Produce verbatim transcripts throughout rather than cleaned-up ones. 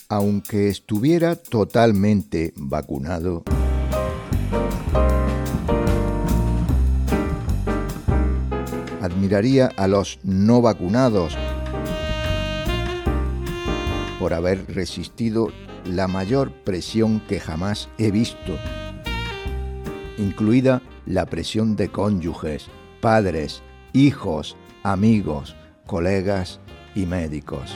Aunque estuviera totalmente vacunado, admiraría a los no vacunados por haber resistido la mayor presión que jamás he visto, incluida la presión de cónyuges, padres, hijos, amigos, colegas y médicos.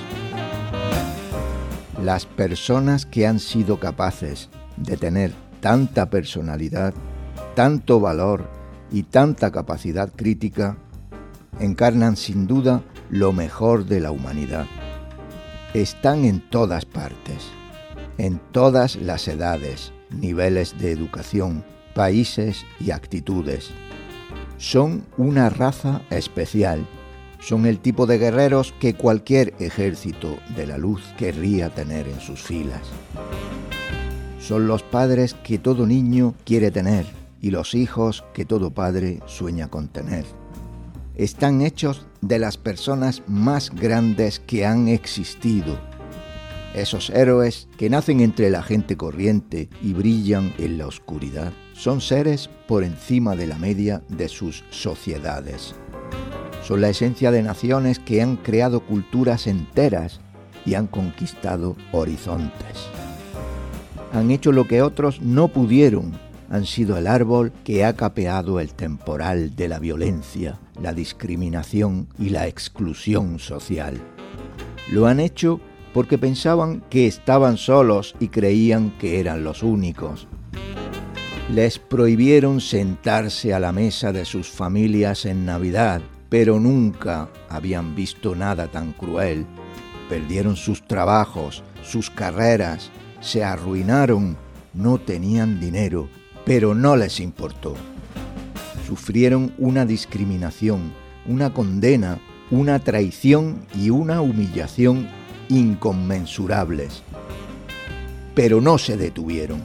Las personas que han sido capaces de tener tanta personalidad, tanto valor y tanta capacidad crítica, encarnan sin duda lo mejor de la humanidad. Están en todas partes, en todas las edades, niveles de educación, países y actitudes. Son una raza especial. Son el tipo de guerreros que cualquier ejército de la luz querría tener en sus filas. Son los padres que todo niño quiere tener y los hijos que todo padre sueña con tener. Están hechos de las personas más grandes que han existido. Esos héroes que nacen entre la gente corriente y brillan en la oscuridad son seres por encima de la media de sus sociedades. Son la esencia de naciones que han creado culturas enteras y han conquistado horizontes. Han hecho lo que otros no pudieron. Han sido el árbol que ha capeado el temporal de la violencia, la discriminación y la exclusión social. Lo han hecho porque pensaban que estaban solos y creían que eran los únicos. Les prohibieron sentarse a la mesa de sus familias en Navidad, pero nunca habían visto nada tan cruel. Perdieron sus trabajos, sus carreras, se arruinaron, no tenían dinero, pero no les importó. Sufrieron una discriminación, una condena, una traición y una humillación inconmensurables. Pero no se detuvieron.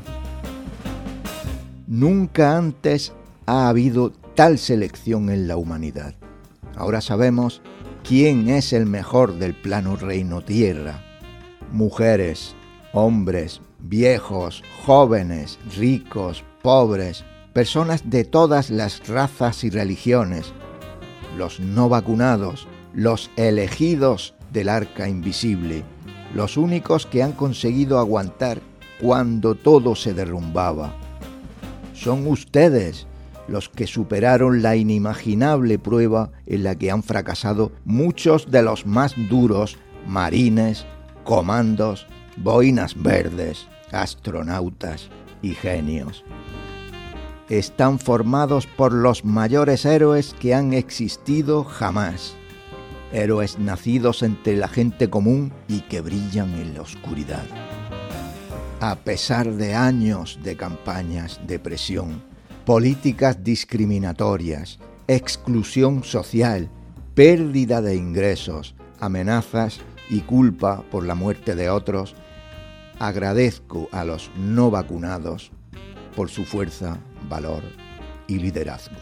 Nunca antes ha habido tal selección en la humanidad. Ahora sabemos quién es el mejor del plano reino tierra. Mujeres, hombres, viejos, jóvenes, ricos, pobres, personas de todas las razas y religiones, los no vacunados, los elegidos del arca invisible, los únicos que han conseguido aguantar cuando todo se derrumbaba. Son ustedes los que superaron la inimaginable prueba en la que han fracasado muchos de los más duros marines, comandos, boinas verdes, astronautas y genios. Están formados por los mayores héroes que han existido jamás. Héroes nacidos entre la gente común y que brillan en la oscuridad. A pesar de años de campañas de presión, políticas discriminatorias, exclusión social, pérdida de ingresos, amenazas y culpa por la muerte de otros, agradezco a los no vacunados por su fuerza, valor y liderazgo.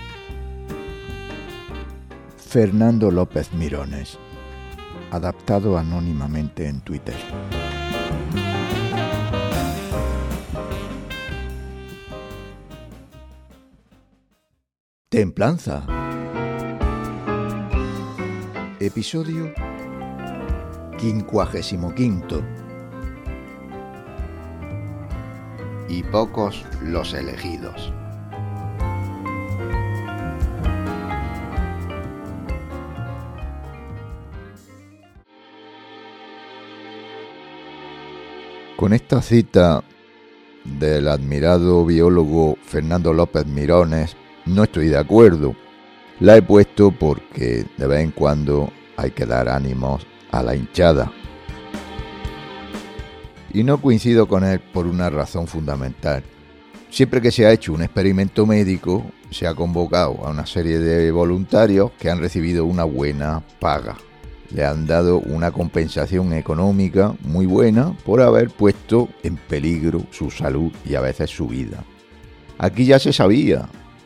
Fernando López Mirones, adaptado anónimamente en Twitter. Templanza. Episodio quincuagésimo quinto. Y pocos los elegidos. Con esta cita del admirado biólogo Fernando López Mirones no estoy de acuerdo. La he puesto porque de vez en cuando hay que dar ánimos a la hinchada. Y no coincido con él por una razón fundamental. Siempre que se ha hecho un experimento médico, se ha convocado a una serie de voluntarios que han recibido una buena paga. Le han dado una compensación económica muy buena por haber puesto en peligro su salud y a veces su vida. Aquí ya se sabía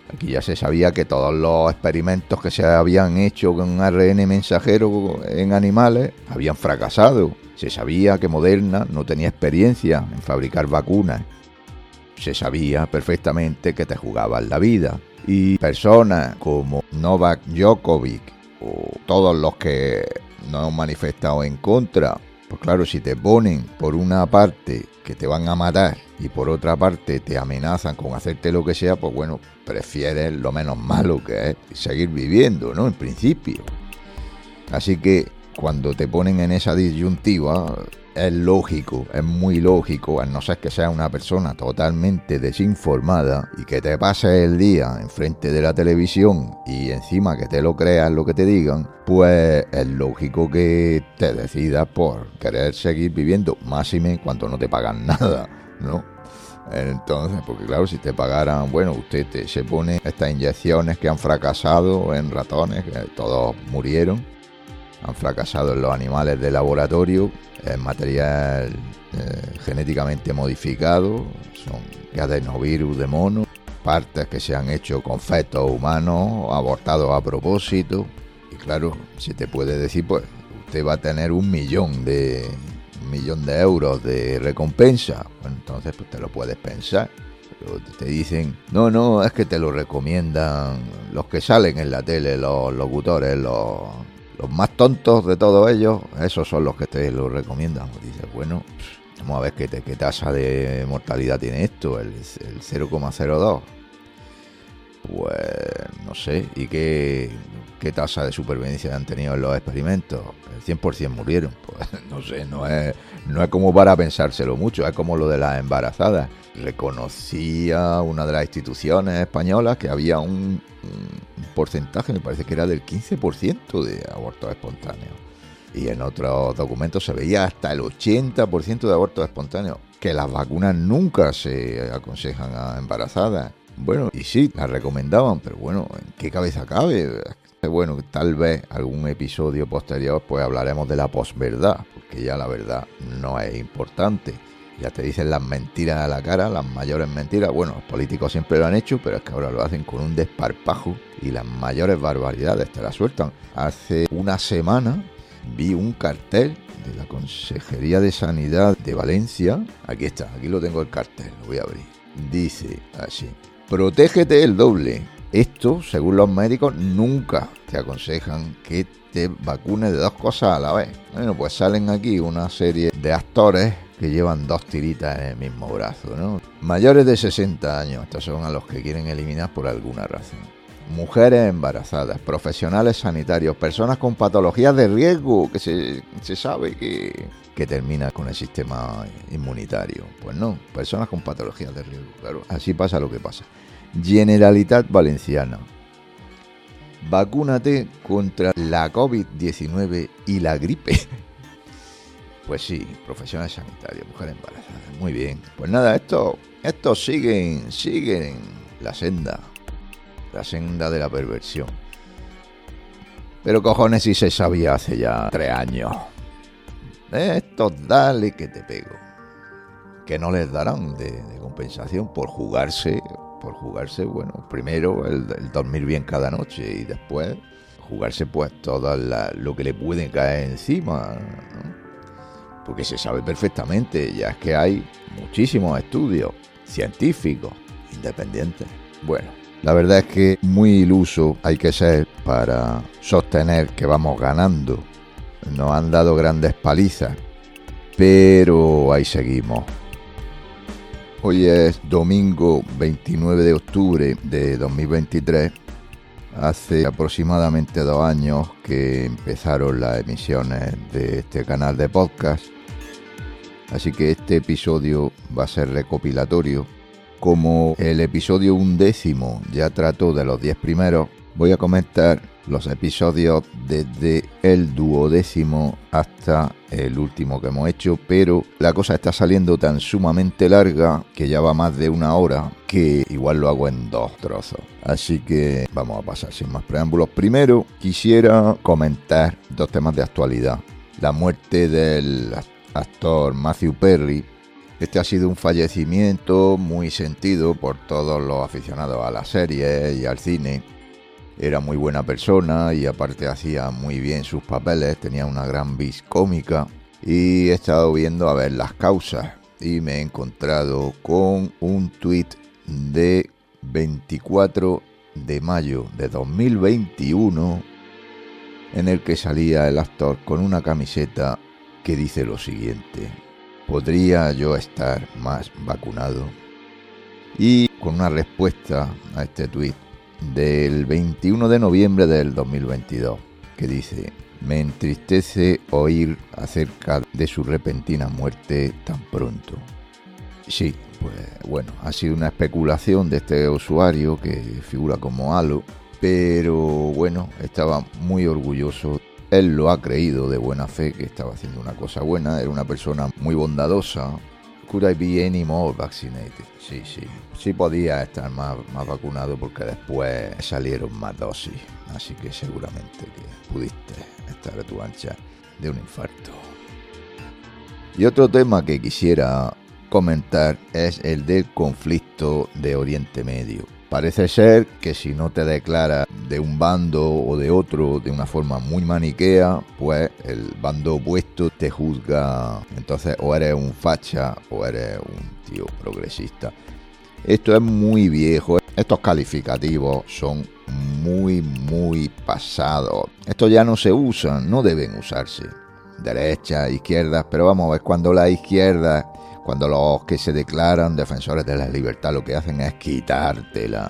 Aquí ya se sabía que todos los experimentos que se habían hecho con A R N mensajero en animales habían fracasado. Se sabía que Moderna no tenía experiencia en fabricar vacunas. Se sabía perfectamente que te jugaban la vida. Y personas como Novak Djokovic o todos los que no han manifestado en contra, pues claro, si te ponen por una parte que te van a matar y por otra parte te amenazan con hacerte lo que sea, pues bueno, prefieres lo menos malo que es seguir viviendo, ¿no? En principio. Así que cuando te ponen en esa disyuntiva, es lógico, es muy lógico, a no ser que seas una persona totalmente desinformada y que te pases el día enfrente de la televisión y encima que te lo creas lo que te digan, pues es lógico que te decidas por querer seguir viviendo, máxime cuando no te pagan nada, ¿no? Entonces, porque claro, si te pagaran, bueno, usted te, se pone estas inyecciones que han fracasado en ratones, que todos murieron, han fracasado en los animales de laboratorio, es material eh, genéticamente modificado, son adenovirus de mono, partes que se han hecho con fetos humanos, abortados a propósito, y claro, se te puede decir, pues, usted va a tener un millón de, un millón de euros de recompensa, bueno, entonces pues te lo puedes pensar. Pero te dicen, no, no, es que te lo recomiendan los que salen en la tele, los locutores, los... Los más tontos de todos ellos, esos son los que te lo recomiendan. Dices, bueno, vamos a ver qué, qué tasa de mortalidad tiene esto, el, el cero coma cero dos. Pues no sé, ¿y qué, qué tasa de supervivencia han tenido en los experimentos? El cien por ciento murieron. Pues no sé, no es, no es como para pensárselo mucho, es como lo de las embarazadas. Reconocía una de las instituciones españolas que había un, un porcentaje, me parece que era del quince por ciento de abortos espontáneos. Y en otros documentos se veía hasta el ochenta por ciento de abortos espontáneos. Que las vacunas nunca se aconsejan a embarazadas. Bueno, y sí, las recomendaban, pero bueno, ¿en qué cabeza cabe? Bueno, tal vez algún episodio posterior pues hablaremos de la posverdad, porque ya la verdad no es importante. Ya te dicen las mentiras a la cara, las mayores mentiras. Bueno, los políticos siempre lo han hecho, pero es que ahora lo hacen con un desparpajo y las mayores barbaridades te las sueltan. Hace una semana vi un cartel de la Consejería de Sanidad de Valencia. Aquí está, aquí lo tengo el cartel, lo voy a abrir. Dice así: protégete el doble. Esto, según los médicos, nunca te aconsejan que te vacunes de dos cosas a la vez. Bueno, pues salen aquí una serie de actores que llevan dos tiritas en el mismo brazo, ¿no? Mayores de sesenta años, estos son a los que quieren eliminar por alguna razón. Mujeres embarazadas, profesionales sanitarios, personas con patologías de riesgo, que se, se sabe que, que termina con el sistema inmunitario. Pues no, personas con patologías de riesgo, claro, así pasa lo que pasa. Generalitat Valenciana. Vacúnate contra la covid diecinueve y la gripe. Pues sí, profesionales sanitarios, mujeres embarazadas. Muy bien. Pues nada, estos estos siguen, siguen la senda. La senda de la perversión. Pero cojones, si se sabía hace ya tres años. Estos dale que te pego. Que no les darán de, de compensación por jugarse, por jugarse, bueno, primero el, el dormir bien cada noche y después jugarse pues todo la, lo que le pueden caer encima, ¿no? Porque se sabe perfectamente, ya es que hay muchísimos estudios científicos independientes. Bueno, la verdad es que muy iluso hay que ser para sostener que vamos ganando. Nos han dado grandes palizas, pero ahí seguimos. Hoy es domingo veintinueve de octubre de dos mil veintitrés. Hace aproximadamente dos años que empezaron las emisiones de este canal de podcast. Así que este episodio va a ser recopilatorio. Como el episodio undécimo ya trató de los diez primeros, voy a comentar los episodios desde el duodécimo hasta el último que hemos hecho, pero la cosa está saliendo tan sumamente larga que ya va más de una hora, que igual lo hago en dos trozos. Así que vamos a pasar sin más preámbulos. Primero quisiera comentar dos temas de actualidad. La muerte del actor Matthew Perry, Este ha sido un fallecimiento muy sentido por todos los aficionados a la serie y al cine. Era muy buena persona y aparte hacía muy bien sus papeles, tenía una gran vis cómica. Y he estado viendo a ver las causas y me he encontrado con un tuit de veinticuatro de mayo de dos mil veintiuno en el que salía el actor con una camiseta que dice lo siguiente: ¿podría yo estar más vacunado? Y con una respuesta a este tuit del veintiuno de noviembre del dos mil veintidós que dice: me entristece oír acerca de su repentina muerte tan pronto. Sí, pues bueno, ha sido una especulación de este usuario que figura como Halo, pero bueno, estaba muy orgulloso. Él lo ha creído de buena fe que estaba haciendo una cosa buena, era una persona muy bondadosa. Could I be any more vaccinated? Sí, sí, sí podía estar más, más vacunado porque después salieron más dosis, así que seguramente que pudiste estar a tu ancha de un infarto. Y otro tema que quisiera comentar es el del conflicto de Oriente Medio. Parece ser que si no te declaras de un bando o de otro de una forma muy maniquea, pues el bando opuesto te juzga. Entonces o eres un facha o eres un tío progresista. Esto es muy viejo. Estos calificativos son muy, muy pasados. Estos ya no se usan, no deben usarse. Derecha, izquierda, pero vamos a ver, cuando la izquierda... Cuando los que se declaran defensores de la libertad lo que hacen es quitártela.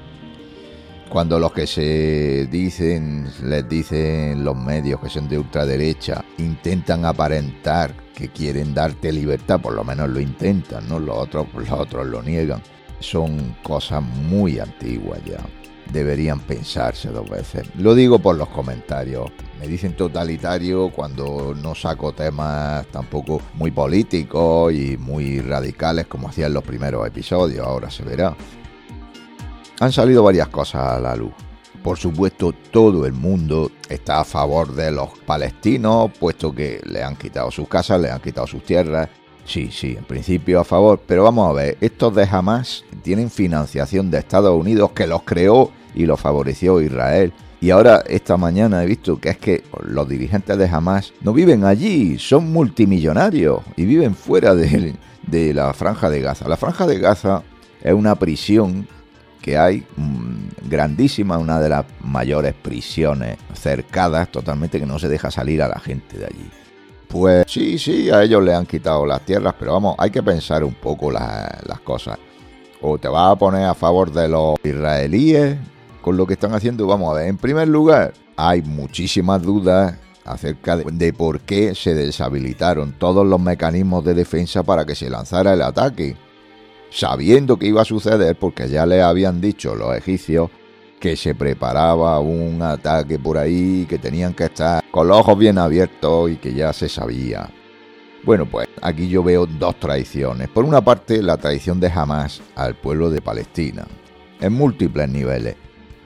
Cuando los que se dicen, les dicen los medios que son de ultraderecha, intentan aparentar que quieren darte libertad, por lo menos lo intentan, ¿no? Los otros, los otros lo niegan. Son cosas muy antiguas ya. Deberían pensarse dos veces. Lo digo por los comentarios. Me dicen totalitario cuando no saco temas tampoco muy políticos y muy radicales como hacían los primeros episodios, ahora se verá. Han salido varias cosas a la luz. Por supuesto, todo el mundo está a favor de los palestinos, puesto que le han quitado sus casas, le han quitado sus tierras. Sí, sí, en principio a favor, pero vamos a ver, estos de Hamas tienen financiación de Estados Unidos que los creó y los favoreció Israel. Y ahora esta mañana he visto que es que los dirigentes de Hamas no viven allí, son multimillonarios y viven fuera de, de la Franja de Gaza. La Franja de Gaza es una prisión que hay mmm, grandísima, una de las mayores prisiones cercadas totalmente, que no se deja salir a la gente de allí. Pues sí, sí, a ellos les han quitado las tierras, pero vamos, hay que pensar un poco la, las cosas. O te vas a poner a favor de los israelíes con lo que están haciendo. Vamos a ver, en primer lugar, hay muchísimas dudas acerca de, de por qué se deshabilitaron todos los mecanismos de defensa para que se lanzara el ataque, sabiendo que iba a suceder, porque ya le habían dicho los egipcios que se preparaba un ataque por ahí, que tenían que estar con los ojos bien abiertos y que ya se sabía. Bueno, pues aquí yo veo dos traiciones. Por una parte, la traición de Hamas al pueblo de Palestina, en múltiples niveles.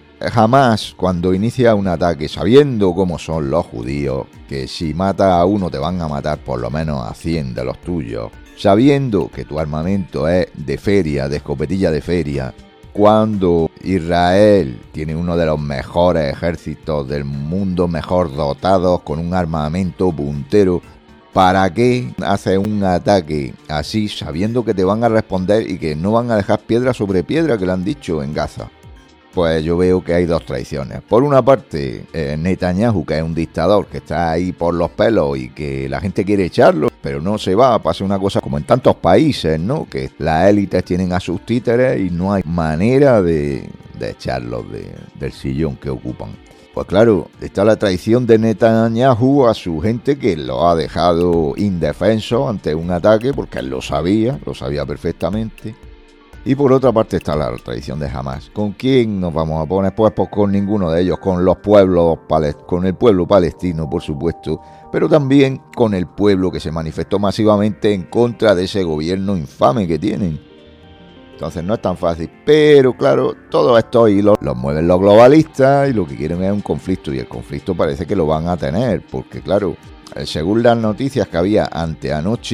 Hamas, cuando inicia un ataque, sabiendo cómo son los judíos, que si matas a uno te van a matar por lo menos a cien de los tuyos, sabiendo que tu armamento es de feria, de escopetilla de feria, cuando Israel tiene uno de los mejores ejércitos del mundo, mejor dotados, con un armamento puntero, ¿para qué hace un ataque así, sabiendo que te van a responder y que no van a dejar piedra sobre piedra, que le han dicho en Gaza? Pues yo veo que hay dos traiciones. Por una parte, eh, Netanyahu, que es un dictador que está ahí por los pelos y que la gente quiere echarlo, pero no se va. Pasa una cosa como en tantos países, ¿no? Que las élites tienen a sus títeres y no hay manera de, de echarlos de, del sillón que ocupan. Pues claro, está la traición de Netanyahu a su gente, que lo ha dejado indefenso ante un ataque, porque él lo sabía, lo sabía perfectamente. Y por otra parte está la traición de Hamas. ¿Con quién nos vamos a poner? Pues, pues con ninguno de ellos, con los pueblos, con el pueblo palestino, por supuesto, pero también con el pueblo que se manifestó masivamente en contra de ese gobierno infame que tienen. Entonces no es tan fácil, pero claro, todos estos hilos los mueven los globalistas y lo que quieren es un conflicto, y el conflicto parece que lo van a tener, porque claro, según las noticias que había anteanoche,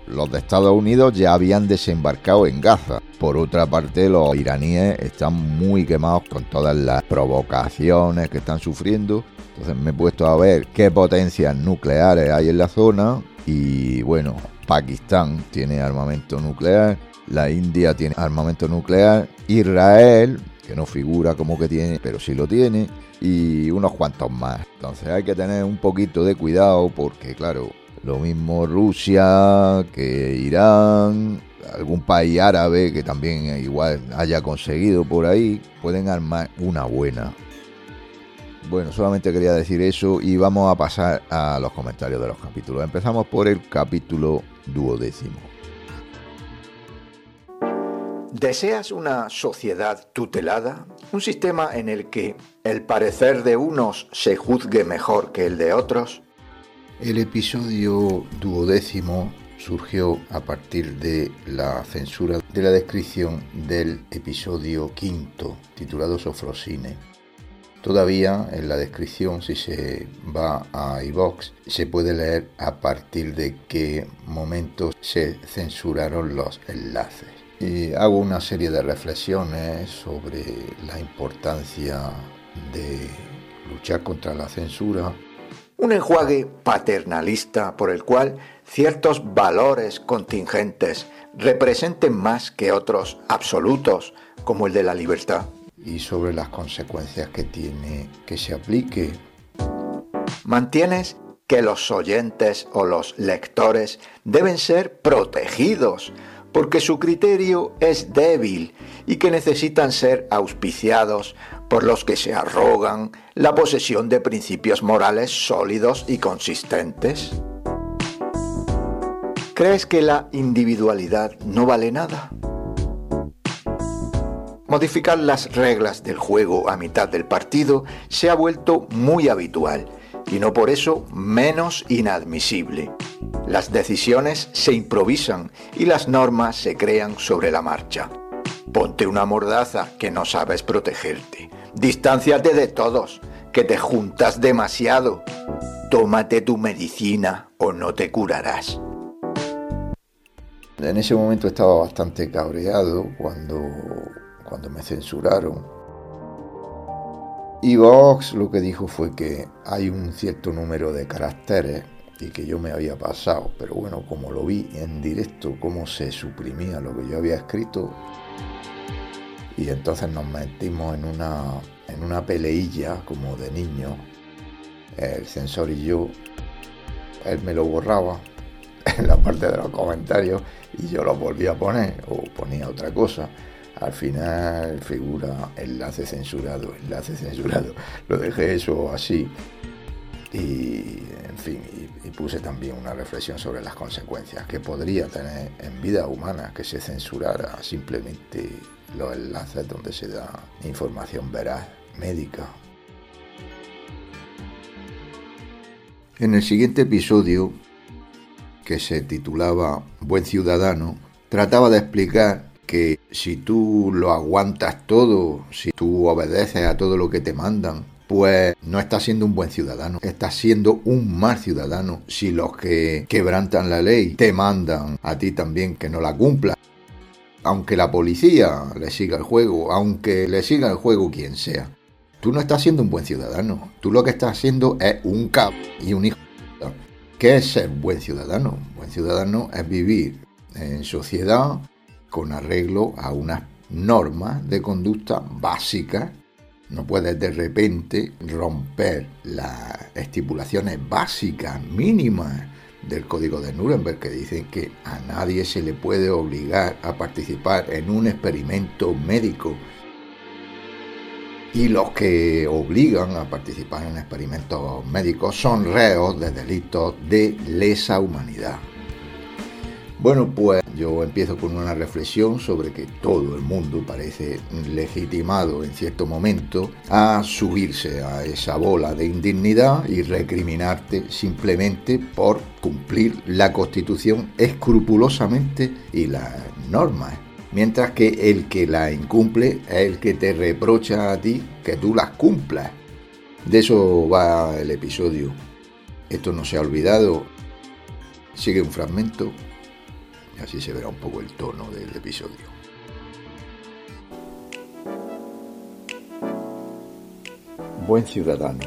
los de Estados Unidos ya habían desembarcado en Gaza. Por otra parte, los iraníes están muy quemados con todas las provocaciones que están sufriendo. Entonces me he puesto a ver qué potencias nucleares hay en la zona. Y bueno, Pakistán tiene armamento nuclear, la India tiene armamento nuclear, Israel, que no figura como que tiene, pero sí lo tiene, y unos cuantos más. Entonces hay que tener un poquito de cuidado porque, claro, lo mismo Rusia que Irán, algún país árabe que también igual haya conseguido por ahí, pueden armar una buena. Bueno, solamente quería decir eso y vamos a pasar a los comentarios de los capítulos. Empezamos por el capítulo duodécimo. ¿Deseas una sociedad tutelada? ¿Un sistema en el que el parecer de unos se juzgue mejor que el de otros? El episodio duodécimo surgió a partir de la censura de la descripción del episodio quinto, titulado Sofrosine. Todavía en la descripción, si se va a iVoox, se puede leer a partir de qué momento se censuraron los enlaces. Y hago una serie de reflexiones sobre la importancia de luchar contra la censura. Un enjuague paternalista por el cual ciertos valores contingentes representen más que otros absolutos, como el de la libertad. Y sobre las consecuencias que tiene que se aplique. Mantienes que los oyentes o los lectores deben ser protegidos porque su criterio es débil y que necesitan ser auspiciados por los que se arrogan la posesión de principios morales sólidos y consistentes. ¿Crees que la individualidad no vale nada? Modificar las reglas del juego a mitad del partido se ha vuelto muy habitual y no por eso menos inadmisible. Las decisiones se improvisan y las normas se crean sobre la marcha. Ponte una mordaza que no sabes protegerte. Distánciate de todos, que te juntas demasiado. Tómate tu medicina o no te curarás. En ese momento estaba bastante cabreado cuando... cuando me censuraron. iVoox lo que dijo fue que hay un cierto número de caracteres y que yo me había pasado, pero bueno, como lo vi en directo, cómo se suprimía lo que yo había escrito, y entonces nos metimos en una, en una peleilla como de niños, el censor y yo. Él me lo borraba en la parte de los comentarios y yo lo volvía a poner o ponía otra cosa. Al final figura enlace censurado, enlace censurado. Lo dejé eso así y, en fin, y, y puse también una reflexión sobre las consecuencias que podría tener en vida humana que se censurara simplemente los enlaces donde se da información veraz, médica. En el siguiente episodio, que se titulaba Buen Ciudadano, trataba de explicar que si tú lo aguantas todo, si tú obedeces a todo lo que te mandan, pues no estás siendo un buen ciudadano, estás siendo un mal ciudadano si los que quebrantan la ley te mandan a ti también que no la cumplas. Aunque la policía le siga el juego, aunque le siga el juego quien sea, tú no estás siendo un buen ciudadano. Tú lo que estás haciendo es un cap y un hijo. ¿Qué es ser buen ciudadano? Buen ciudadano es vivir en sociedad con arreglo a unas normas de conducta básicas. No puedes de repente romper las estipulaciones básicas, mínimas del Código de Nuremberg, que dicen que a nadie se le puede obligar a participar en un experimento médico. Y los que obligan a participar en experimentos médicos son reos de delitos de lesa humanidad. Bueno, pues yo empiezo con una reflexión sobre que todo el mundo parece legitimado en cierto momento a subirse a esa bola de indignidad y recriminarte simplemente por cumplir la Constitución escrupulosamente y las normas. Mientras que el que la incumple es el que te reprocha a ti que tú las cumplas. De eso va el episodio. Esto no se ha olvidado. Sigue un fragmento. y así se verá un poco el tono del episodio. Buen ciudadano.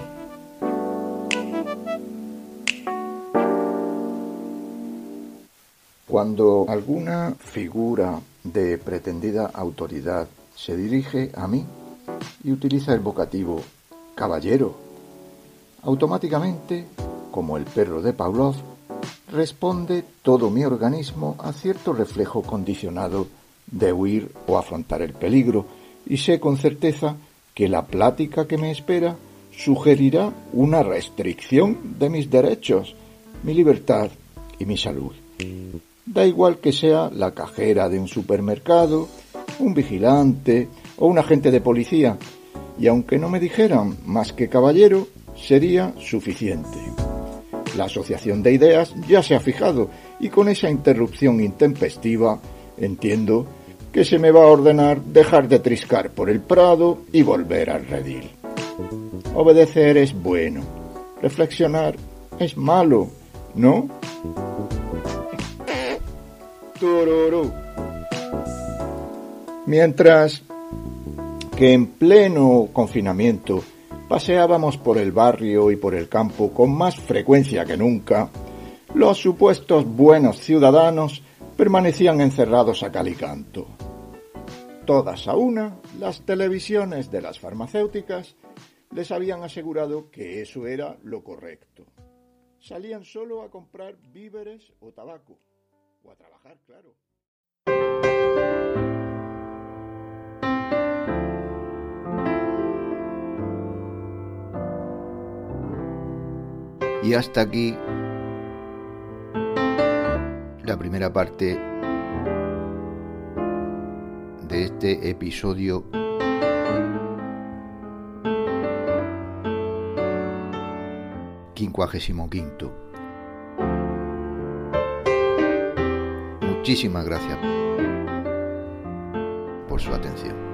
Cuando alguna figura de pretendida autoridad se dirige a mí y utiliza el vocativo caballero, automáticamente, como el perro de Pavlov, responde todo mi organismo a cierto reflejo condicionado de huir o afrontar el peligro, y sé con certeza que la plática que me espera sugerirá una restricción de mis derechos, mi libertad y mi salud. Da igual que sea la cajera de un supermercado, un vigilante o un agente de policía, y aunque no me dijeran más que caballero, sería suficiente. La asociación de ideas ya se ha fijado, y con esa interrupción intempestiva entiendo que se me va a ordenar dejar de triscar por el prado y volver al redil. Obedecer es bueno, reflexionar es malo, ¿no? Tururú. Mientras que en pleno confinamiento paseábamos por el barrio y por el campo con más frecuencia que nunca, los supuestos buenos ciudadanos permanecían encerrados a cal y canto. Todas a una, las televisiones de las farmacéuticas les habían asegurado que eso era lo correcto. Salían solo a comprar víveres o tabaco, o a trabajar, claro. Y hasta aquí la primera parte de este episodio quincuagésimo quinto. Muchísimas gracias por su atención.